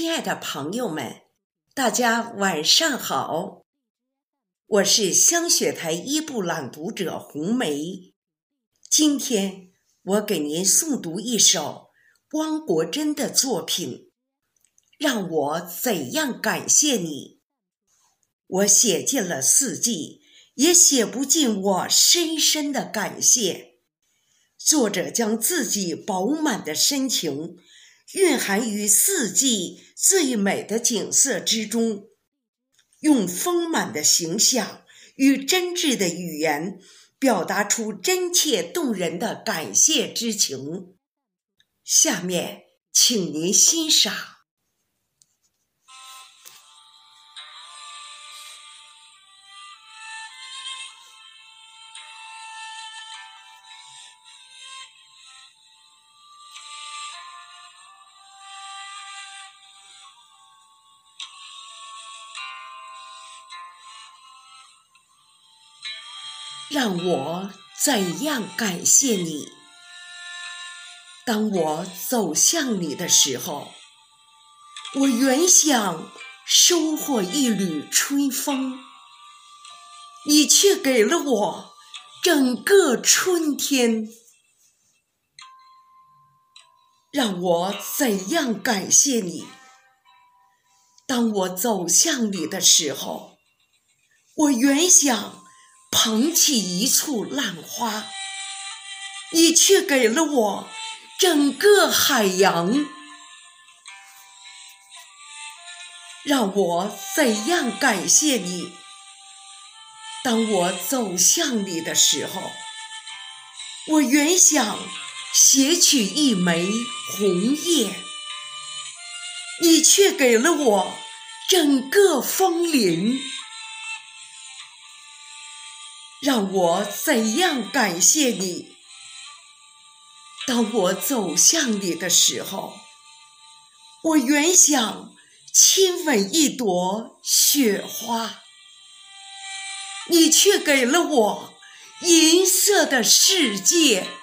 亲爱的朋友们，大家晚上好，我是香雪台一部朗读者红梅。今天我给您诵读一首汪国真的作品《让我怎样感谢你》。我写尽了四季，也写不尽我深深的感谢。作者将自己饱满的深情蕴含于四季最美的景色之中，用丰满的形象与真挚的语言表达出真切动人的感谢之情。下面请您欣赏。让我怎样感谢你？当我走向你的时候，我原想收获一缕春风，你却给了我整个春天。让我怎样感谢你？当我走向你的时候，我原想捧起一簇浪花，你却给了我整个海洋。让我怎样感谢你？当我走向你的时候，我原想携取一枚红叶，你却给了我整个枫林。让我怎样感谢你？当我走向你的时候，我原想亲吻一朵雪花，你却给了我银色的世界。